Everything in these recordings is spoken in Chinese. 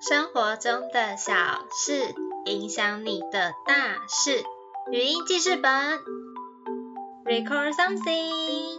生活中的小事影响你的大事。语音记事本 Record something。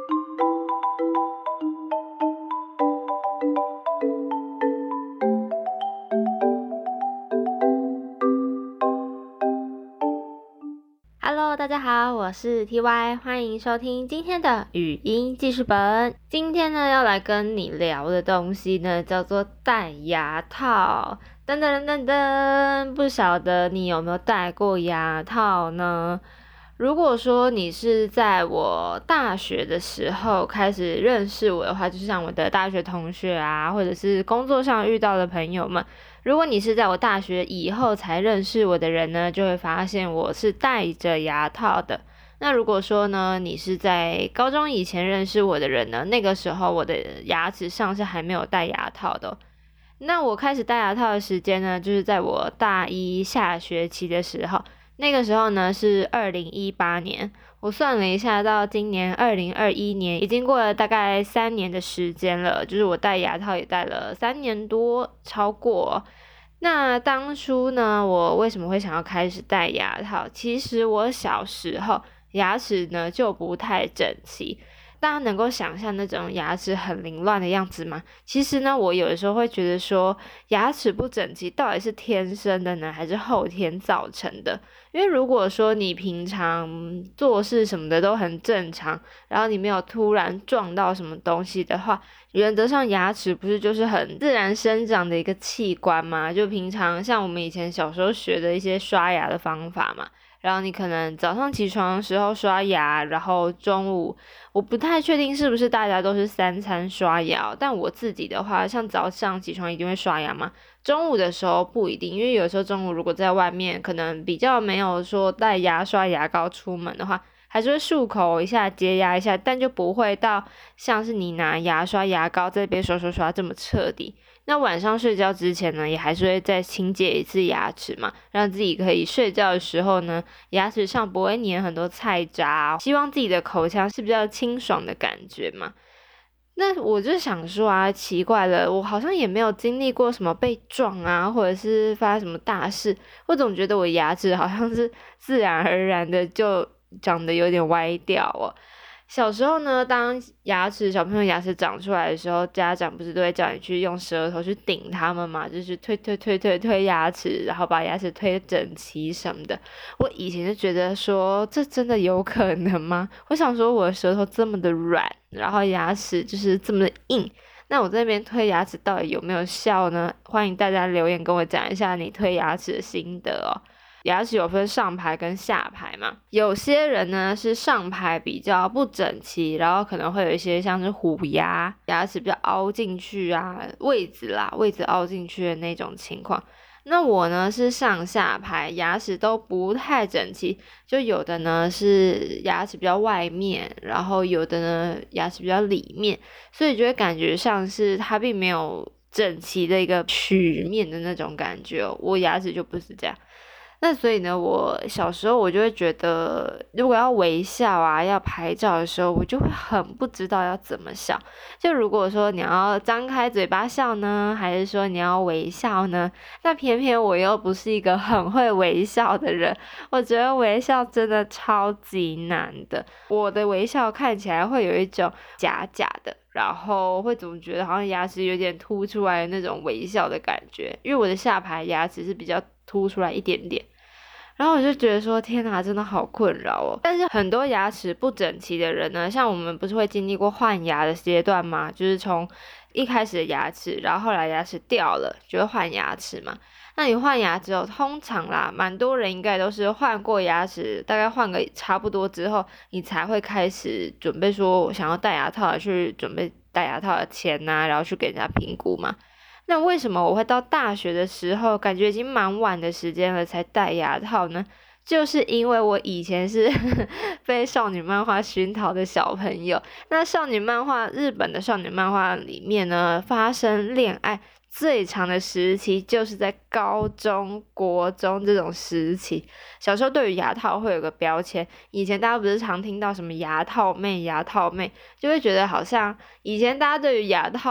Hello， 大家好，我是 TY， 欢迎收听今天的语音记事本。今天呢，要来跟你聊的东西呢，叫做戴牙套。噔噔噔噔噔，不晓得你有没有戴过牙套呢？如果说你是在我大学的时候开始认识我的话，就像我的大学同学啊，或者是工作上遇到的朋友们，如果你是在我大学以后才认识我的人呢，就会发现我是戴着牙套的。那如果说呢，你是在高中以前认识我的人呢，那个时候我的牙齿上是还没有戴牙套的。那我开始戴牙套的时间呢，就是在我大一下学期的时候。那个时候呢是2018年，我算了一下，到今年2021年，已经过了大概3年的时间了，就是我戴牙套也戴了3年多，超过。那当初呢，我为什么会想要开始戴牙套？其实我小时候牙齿呢就不太整齐。大家能够想象那种牙齿很凌乱的样子吗？其实呢，我有的时候会觉得说，牙齿不整齐到底是天生的呢，还是后天造成的？因为如果说你平常做事什么的都很正常，然后你没有突然撞到什么东西的话，原则上牙齿不是就是很自然生长的一个器官吗？就平常像我们以前小时候学的一些刷牙的方法嘛。然后你可能早上起床的时候刷牙，然后中午我不太确定是不是大家都是3餐刷牙，但我自己的话，像早上起床一定会刷牙嘛，中午的时候不一定，因为有时候中午如果在外面可能比较没有说带牙刷牙膏出门的话，还是会漱口一下洁牙一下，但就不会到像是你拿牙刷牙膏在那边刷这么彻底。那晚上睡觉之前呢，也还是会再清洁一次牙齿嘛，让自己可以睡觉的时候呢，牙齿上不会粘很多菜渣，希望自己的口腔是比较清爽的感觉嘛。那我就想说啊，奇怪了，我好像也没有经历过什么被撞啊，或者是发生什么大事，我总觉得我牙齿好像是自然而然的就长得有点歪掉哦。小时候呢，当小朋友牙齿长出来的时候，家长不是都会叫你去用舌头去顶他们嘛，就是推牙齿，然后把牙齿推整齐什么的。我以前就觉得说，这真的有可能吗？我想说我的舌头这么的软，然后牙齿就是这么的硬，那我这边推牙齿到底有没有效呢？欢迎大家留言跟我讲一下你推牙齿的心得哦。牙齿有分上排跟下排嘛，有些人呢是上排比较不整齐，然后可能会有一些像是虎牙，牙齿比较凹进去啊，位置凹进去的那种情况。那我呢是上下排牙齿都不太整齐，就有的呢是牙齿比较外面，然后有的呢牙齿比较里面，所以就会感觉像是它并没有整齐的一个曲面的那种感觉哦。我牙齿就不是这样。那所以呢，我小时候我就会觉得，如果要微笑啊，要拍照的时候，我就会很不知道要怎么笑。就如果说你要张开嘴巴笑呢，还是说你要微笑呢？那偏偏我又不是一个很会微笑的人，我觉得微笑真的超级难的。我的微笑看起来会有一种假假的，然后会总觉得好像牙齿有点凸出来的那种微笑的感觉，因为我的下排牙齿是比较凸出来一点点。然后我就觉得说，天哪，真的好困扰哦。但是很多牙齿不整齐的人呢，像我们不是会经历过换牙的阶段吗？就是从一开始的牙齿，然后后来牙齿掉了，就会换牙齿嘛。那你换牙之后，通常啦，蛮多人应该都是换过牙齿，大概换个差不多之后，你才会开始准备说，我想要戴牙套，去准备戴牙套的钱啊，然后去给人家评估嘛。那为什么我会到大学的时候，感觉已经蛮晚的时间了才戴牙套呢？就是因为我以前是被少女漫画熏陶的小朋友。那日本的少女漫画里面呢，发生恋爱最长的时期就是在高中、国中这种时期。小时候对于牙套会有个标签，以前大家不是常听到什么牙套妹，就会觉得好像以前大家对于牙套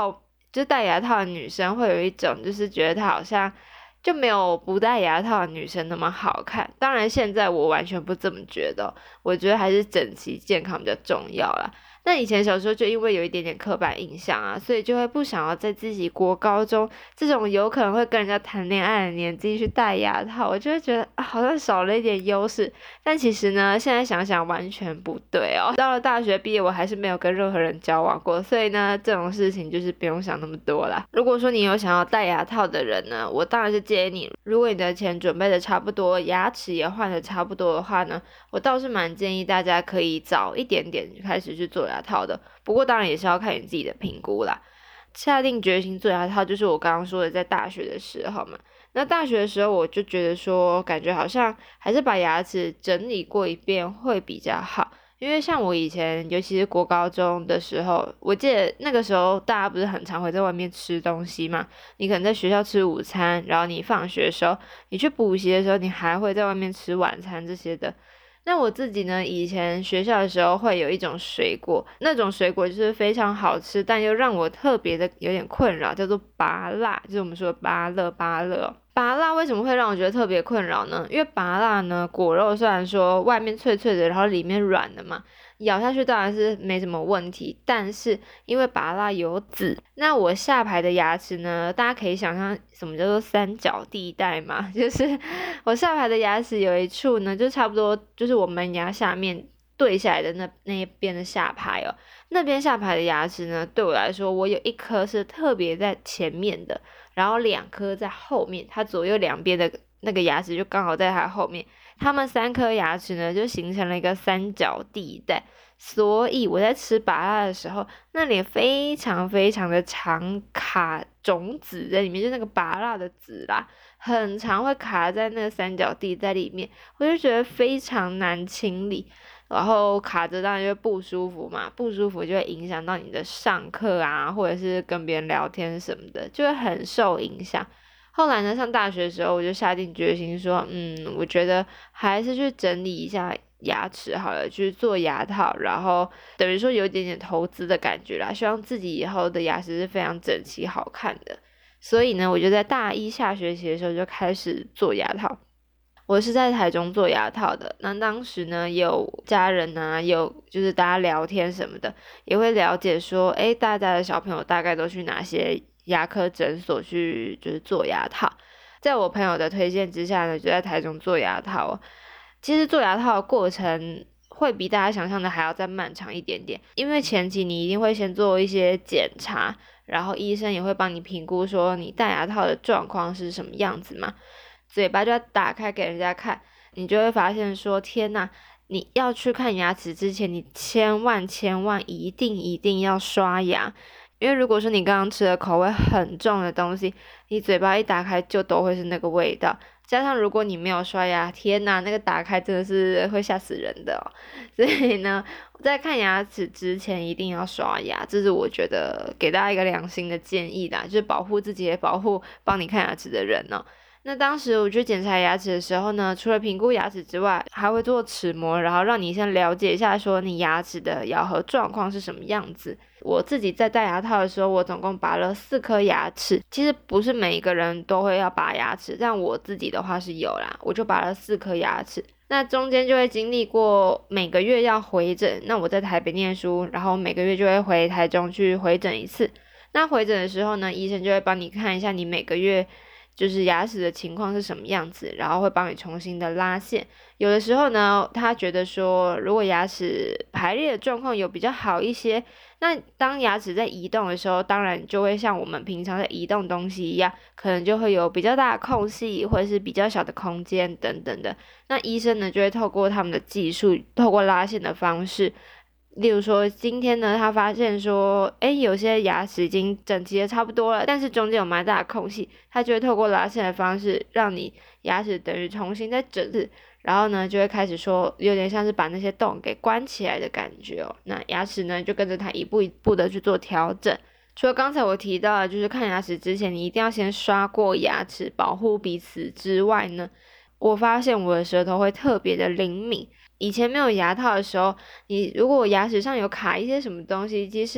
就是戴牙套的女生会有一种就是觉得她好像就没有不戴牙套的女生那么好看。当然现在我完全不这么觉得，我觉得还是整齐健康比较重要啦。那以前小时候就因为有一点点刻板印象啊，所以就会不想要在自己国高中这种有可能会跟人家谈恋爱的年纪去戴牙套，我就会觉得好像少了一点优势。但其实呢，现在想想完全不对哦。到了大学毕业，我还是没有跟任何人交往过，所以呢，这种事情就是不用想那么多啦。如果说你有想要戴牙套的人呢，我当然是建议你，如果你的钱准备的差不多，牙齿也换的差不多的话呢，我倒是蛮建议大家可以早一点点就开始去做牙套的。不过当然也是要看你自己的评估啦。下定决心做牙套，就是我刚刚说的在大学的时候嘛。那大学的时候我就觉得说，感觉好像还是把牙齿整理过一遍会比较好。因为像我以前，尤其是国高中的时候，我记得那个时候大家不是很常会在外面吃东西嘛？你可能在学校吃午餐，然后你放学的时候，你去补习的时候，你还会在外面吃晚餐这些的。那我自己呢，以前学校的时候会有一种水果，那种水果就是非常好吃，但又让我特别的有点困扰，叫做芭乐，就是我们说的芭乐。芭乐为什么会让我觉得特别困扰呢？因为芭乐呢，果肉虽然说外面脆脆的，然后里面软的嘛，咬下去当然是没什么问题，但是因为芭乐有籽，那我下排的牙齿呢，大家可以想象什么叫做三角地带嘛，就是我下排的牙齿有一处呢，就差不多就是我门牙下面对下来的那一边的下排哦，那边下排的牙齿呢，对我来说，我有一颗是特别在前面的，然后两颗在后面，它左右两边的那个牙齿就刚好在它后面，它们三颗牙齿呢就形成了一个三角地带，所以我在吃芭乐的时候，那里非常非常的常卡种子在里面，就那个芭乐的籽啦，很常会卡在那个三角地带里面，我就觉得非常难清理。然后卡着当然就不舒服嘛，不舒服就会影响到你的上课啊，或者是跟别人聊天什么的，就会很受影响。后来呢，上大学的时候，我就下定决心说，我觉得还是去整理一下牙齿好了，去做牙套，然后等于说有一点点投资的感觉啦，希望自己以后的牙齿是非常整齐好看的。所以呢，我就在大一下学期的时候就开始做牙套。我是在台中做牙套的，那当时呢也有家人啊，有就是大家聊天什么的，也会了解说，诶，大家的小朋友大概都去哪些牙科诊所去就是做牙套。在我朋友的推荐之下呢，就在台中做牙套。其实做牙套的过程会比大家想象的还要再漫长一点点，因为前期你一定会先做一些检查，然后医生也会帮你评估说你戴牙套的状况是什么样子嘛。嘴巴就要打开给人家看，你就会发现说，天呐，你要去看牙齿之前，你千万一定要刷牙，因为如果说你刚刚吃的口味很重的东西，你嘴巴一打开就都会是那个味道，加上如果你没有刷牙，天呐，那个打开真的是会吓死人的哦。所以呢，在看牙齿之前一定要刷牙，这是我觉得给大家一个良心的建议啦，就是保护自己也保护帮你看牙齿的人哦。那当时我去检查牙齿的时候呢，除了评估牙齿之外，还会做齿模，然后让你先了解一下说你牙齿的咬合状况是什么样子。我自己在戴牙套的时候，我总共拔了4颗牙齿。其实不是每一个人都会要拔牙齿，但我自己的话是有啦，我就拔了4颗牙齿。那中间就会经历过每个月要回诊，那我在台北念书，然后每个月就会回台中去回诊一次。那回诊的时候呢，医生就会帮你看一下你每个月就是牙齿的情况是什么样子，然后会帮你重新的拉线。有的时候呢，他觉得说，如果牙齿排列的状况有比较好一些，那当牙齿在移动的时候，当然就会像我们平常在移动东西一样，可能就会有比较大的空隙，或者是比较小的空间等等的。那医生呢，就会透过他们的技术，透过拉线的方式。例如说，今天呢，他发现说，有些牙齿已经整齐的差不多了，但是中间有蛮大的空隙，他就会透过拉线的方式，让你牙齿等于重新再整治，然后呢，就会开始说，有点像是把那些洞给关起来的感觉哦。那牙齿呢，就跟着他一步一步的去做调整。除了刚才我提到的，就是看牙齿之前，你一定要先刷过牙齿，保护彼此之外呢，我发现我的舌头会特别的灵敏。以前没有牙套的时候，你如果牙齿上有卡一些什么东西，其实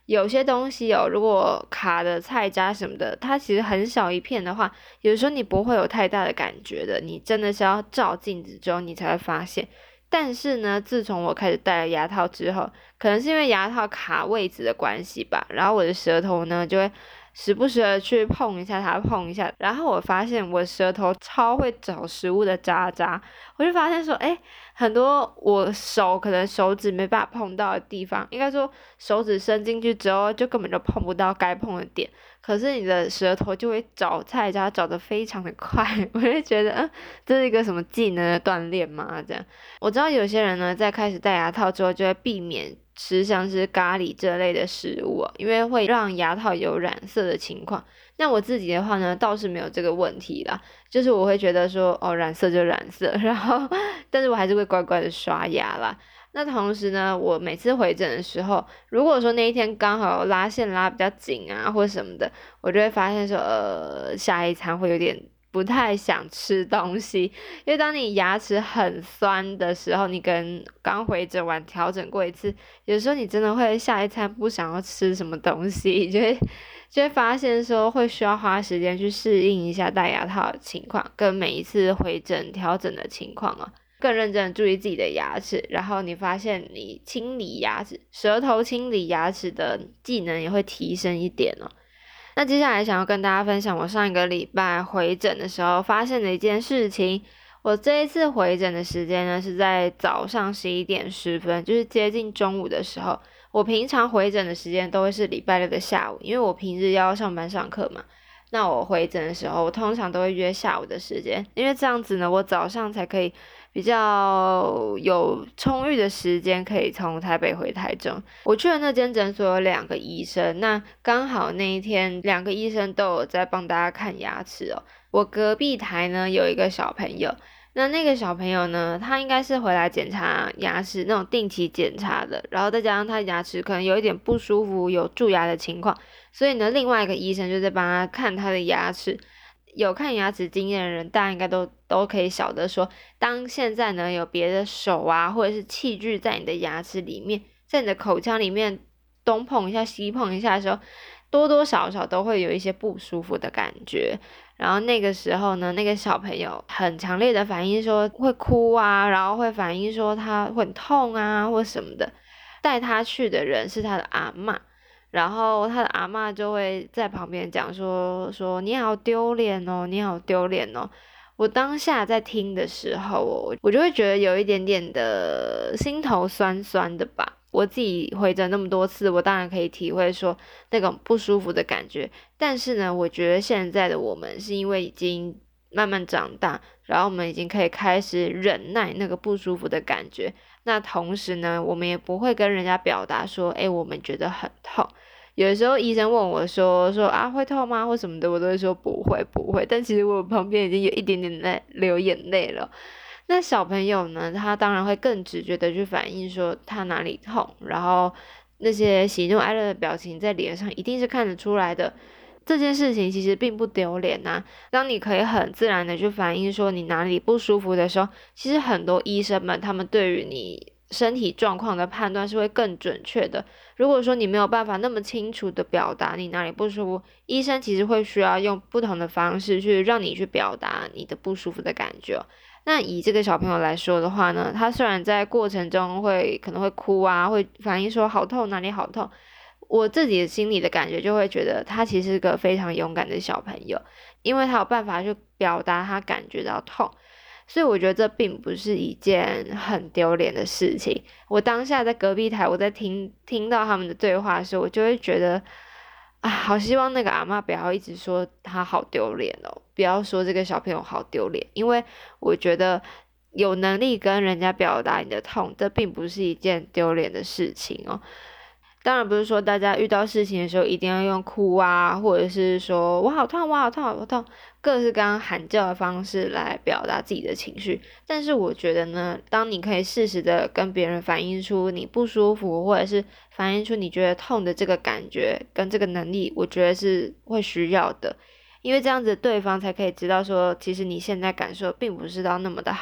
有些东西如果卡的菜渣什么的，它其实很小一片的话，有时候你不会有太大的感觉的，你真的是要照镜子之后你才会发现。但是呢，自从我开始戴了牙套之后，可能是因为牙套卡位置的关系吧，然后我的舌头呢就会时不时的去碰一下它，碰一下，然后我发现我舌头超会找食物的渣渣，我就发现说，很多我可能手指没办法碰到的地方，应该说手指伸进去之后就根本就碰不到该碰的点，可是你的舌头就会找菜渣找得非常的快，我就觉得，这是一个什么技能的锻炼吗？这样，我知道有些人呢，在开始戴牙套之后，就会避免吃像是咖喱这类的食物因为会让牙套有染色的情况。那我自己的话呢，倒是没有这个问题啦，就是我会觉得说，染色就染色，然后，但是我还是会乖乖的刷牙啦。那同时呢，我每次回诊的时候，如果说那一天刚好拉线拉比较紧啊，或什么的，我就会发现说，下一餐会有点不太想吃东西，因为当你牙齿很酸的时候，你跟刚回诊完调整过一次，有时候你真的会下一餐不想要吃什么东西，就会发现说会需要花时间去适应一下戴牙套的情况，跟每一次回诊调整的情况更认真的注意自己的牙齿，然后你发现你清理牙齿、舌头清理牙齿的技能也会提升一点那接下来想要跟大家分享我上一个礼拜回诊的时候发现的一件事情。我这一次回诊的时间呢是在早上11:10，就是接近中午的时候。我平常回诊的时间都会是礼拜六的下午，因为我平日要上班上课嘛。那我回诊的时候，我通常都会约下午的时间，因为这样子呢，我早上才可以比较有充裕的时间，可以从台北回台中。我去的那间诊所有2个医生，那刚好那一天2个医生都有在帮大家看牙齿我隔壁台呢有一个小朋友，那个小朋友呢，他应该是回来检查牙齿那种定期检查的，然后再加上他牙齿可能有一点不舒服，有蛀牙的情况，所以呢，另外一个医生就在帮他看他的牙齿。有看牙齿经验的人，大家应该都可以晓得说，当现在呢有别的手啊或者是器具在你的牙齿里面，在你的口腔里面东碰一下西碰一下的时候，多多少少都会有一些不舒服的感觉。然后那个时候呢，那个小朋友很强烈的反应说会哭啊，然后会反应说他会很痛啊或什么的。带他去的人是他的阿嬷，然后他的阿嬷就会在旁边讲说你好丢脸哦，你好丢脸哦。我当下在听的时候我就会觉得有一点点的心头酸酸的吧。我自己回诊那么多次，我当然可以体会说那种不舒服的感觉，但是呢，我觉得现在的我们是因为已经慢慢长大，然后我们已经可以开始忍耐那个不舒服的感觉，那同时呢，我们也不会跟人家表达说我们觉得很痛。有的时候医生问我说啊会痛吗或什么的，我都会说不会，但其实我旁边已经有一点点在流眼泪了。那小朋友呢，他当然会更直觉的去反映说他哪里痛，然后那些喜怒哀乐的表情在脸上一定是看得出来的。这件事情其实并不丢脸当你可以很自然的去反映说你哪里不舒服的时候，其实很多医生们他们对于你身体状况的判断是会更准确的。如果说你没有办法那么清楚的表达你哪里不舒服，医生其实会需要用不同的方式去让你去表达你的不舒服的感觉。那以这个小朋友来说的话呢，他虽然在过程中可能会哭啊，会反映说好痛，哪里好痛，我自己的心里的感觉就会觉得他其实是个非常勇敢的小朋友，因为他有办法去表达他感觉到痛，所以我觉得这并不是一件很丢脸的事情。我当下在隔壁台，我在听到他们的对话的时候，我就会觉得好希望那个阿嬷不要一直说他好丢脸不要说这个小朋友好丢脸，因为我觉得有能力跟人家表达你的痛，这并不是一件丢脸的事情当然不是说大家遇到事情的时候一定要用哭啊，或者是说我好痛，我好痛，我好痛，各式各样喊叫的方式来表达自己的情绪。但是我觉得呢，当你可以适时的跟别人反映出你不舒服，或者是反映出你觉得痛的这个感觉跟这个能力，我觉得是会需要的。因为这样子对方才可以知道说，其实你现在感受并不是到那么的好，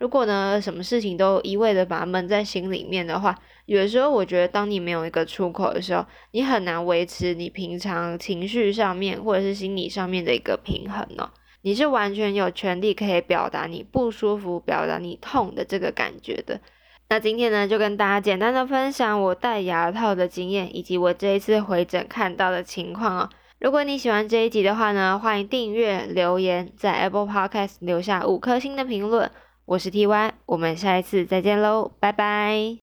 如果呢什么事情都一味的把它闷在心里面的话，有的时候我觉得当你没有一个出口的时候，你很难维持你平常情绪上面或者是心理上面的一个平衡哦。你是完全有权利可以表达你不舒服、表达你痛的这个感觉的。那今天呢，就跟大家简单的分享我戴牙套的经验，以及我这一次回诊看到的情况哦。如果你喜欢这一集的话呢，欢迎订阅、留言，在 Apple Podcast 留下5颗星的评论。我是 TY，我们下一次再见喽，拜拜。